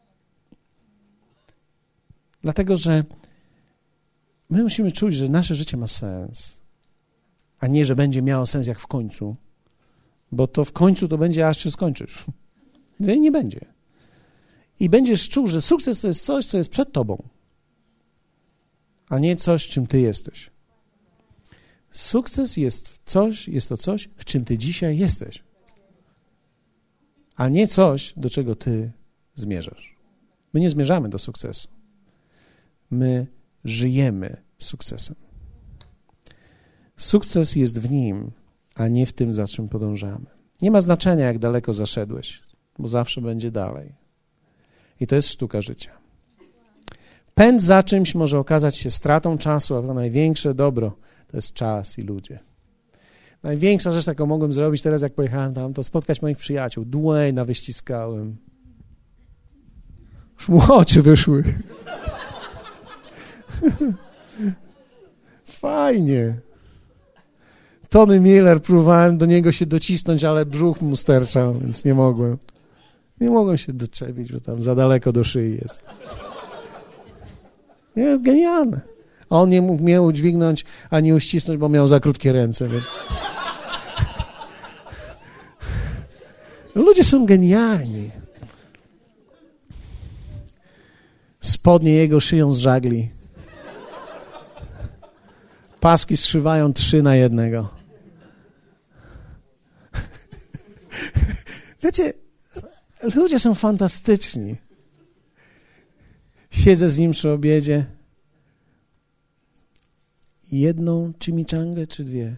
Speaker 1: Dlatego, że my musimy czuć, że nasze życie ma sens, a nie, że będzie miało sens jak w końcu, bo to w końcu to będzie, aż się skończysz. Nie, nie będzie. I będziesz czuł, że sukces to jest coś, co jest przed tobą, a nie coś, czym ty jesteś. Sukces jest coś, jest to coś, w czym ty dzisiaj jesteś, a nie coś, do czego ty zmierzasz. My nie zmierzamy do sukcesu. My żyjemy sukcesem. Sukces jest w nim, a nie w tym, za czym podążamy. Nie ma znaczenia, jak daleko zaszedłeś, bo zawsze będzie dalej. I to jest sztuka życia. Pęd za czymś może okazać się stratą czasu, a to największe dobro to jest czas i ludzie. Największa rzecz, jaką mogłem zrobić teraz, jak pojechałem tam, to spotkać moich przyjaciół. Dwayna wyściskałem. Już mu oczy wyszły. Fajnie. Tony Miller, próbowałem do niego się docisnąć, ale brzuch mu sterczał, więc nie mogłem. Nie mogłem się doczepić, bo tam za daleko do szyi jest. Jest genialne. A on nie mógł mnie udźwignąć ani uścisnąć, bo miał za krótkie ręce. Wiesz? Ludzie są genialni. Spodnie jego szyją z żagli. paski zszywają trzy na jednego. Wiecie, ludzie są fantastyczni. Siedzę z nim przy obiedzie. Jedną chimichangę czy dwie?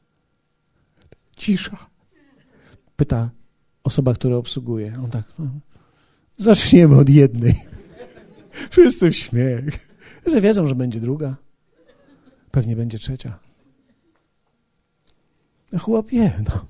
Speaker 1: Cisza. Pyta osoba, która obsługuje. On tak, no, zaczniemy od jednej. Wszyscy w śmiech. Że wiedzą, że będzie druga. Pewnie będzie trzecia. No chłop je, no.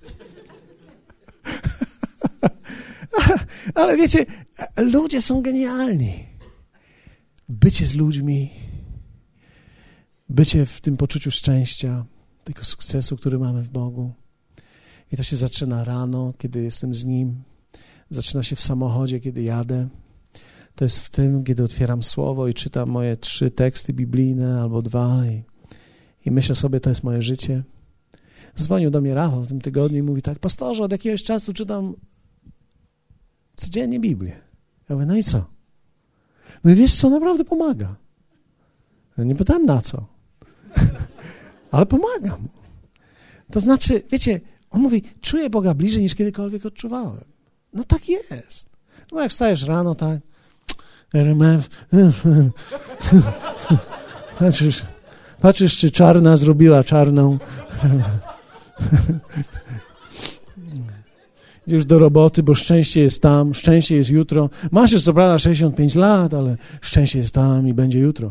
Speaker 1: Ale wiecie, ludzie są genialni. Bycie z ludźmi, bycie w tym poczuciu szczęścia, tego sukcesu, który mamy w Bogu. I to się zaczyna rano, kiedy jestem z Nim. Zaczyna się w samochodzie, kiedy jadę. To jest w tym, kiedy otwieram Słowo i czytam moje trzy teksty biblijne albo dwa i, i myślę sobie, to jest moje życie. Dzwonił do mnie Rafał w tym tygodniu i mówi tak, pastorze, od jakiegoś czasu czytam codziennie Biblię. Ja mówię, no i co? No i wiesz co, naprawdę pomaga. Ja nie pytałem na co, ale pomaga mu. To znaczy, wiecie, on mówi, czuję Boga bliżej niż kiedykolwiek odczuwałem. No tak jest. No jak wstajesz rano, tak, R M F, patrzysz, patrzysz, czy czarna zrobiła czarną. Idziesz do roboty, bo szczęście jest tam, szczęście jest jutro. Masz już co prawda sześćdziesiąt pięć lat, ale szczęście jest tam i będzie jutro.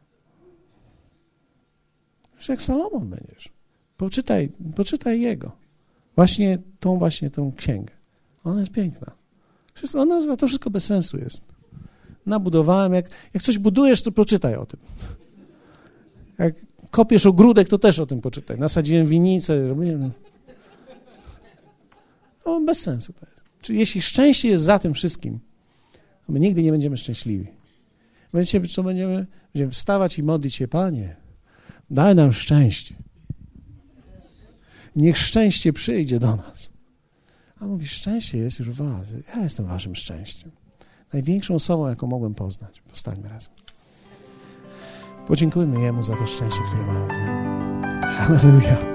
Speaker 1: Wiesz, jak Salomon będziesz. Poczytaj, poczytaj jego. Właśnie tą, właśnie tą księgę. Ona jest piękna. Wszystko, ona nazywa, to wszystko bez sensu jest. Nabudowałem, jak, jak coś budujesz, to poczytaj o tym. Jak kopiesz ogródek, to też o tym poczytaj. Nasadziłem winnicę, robiłem... No, bez sensu to jest. Czyli jeśli szczęście jest za tym wszystkim, to my nigdy nie będziemy szczęśliwi. Będziemy, co będziemy? Będziemy wstawać i modlić się, Panie, daj nam szczęście. Niech szczęście przyjdzie do nas. A mówi, szczęście jest już w was. Ja jestem waszym szczęściem. Największą osobą, jaką mogłem poznać. Powstańmy razem. Podziękujmy Jemu za to szczęście, które mamy w Nim. Halleluja.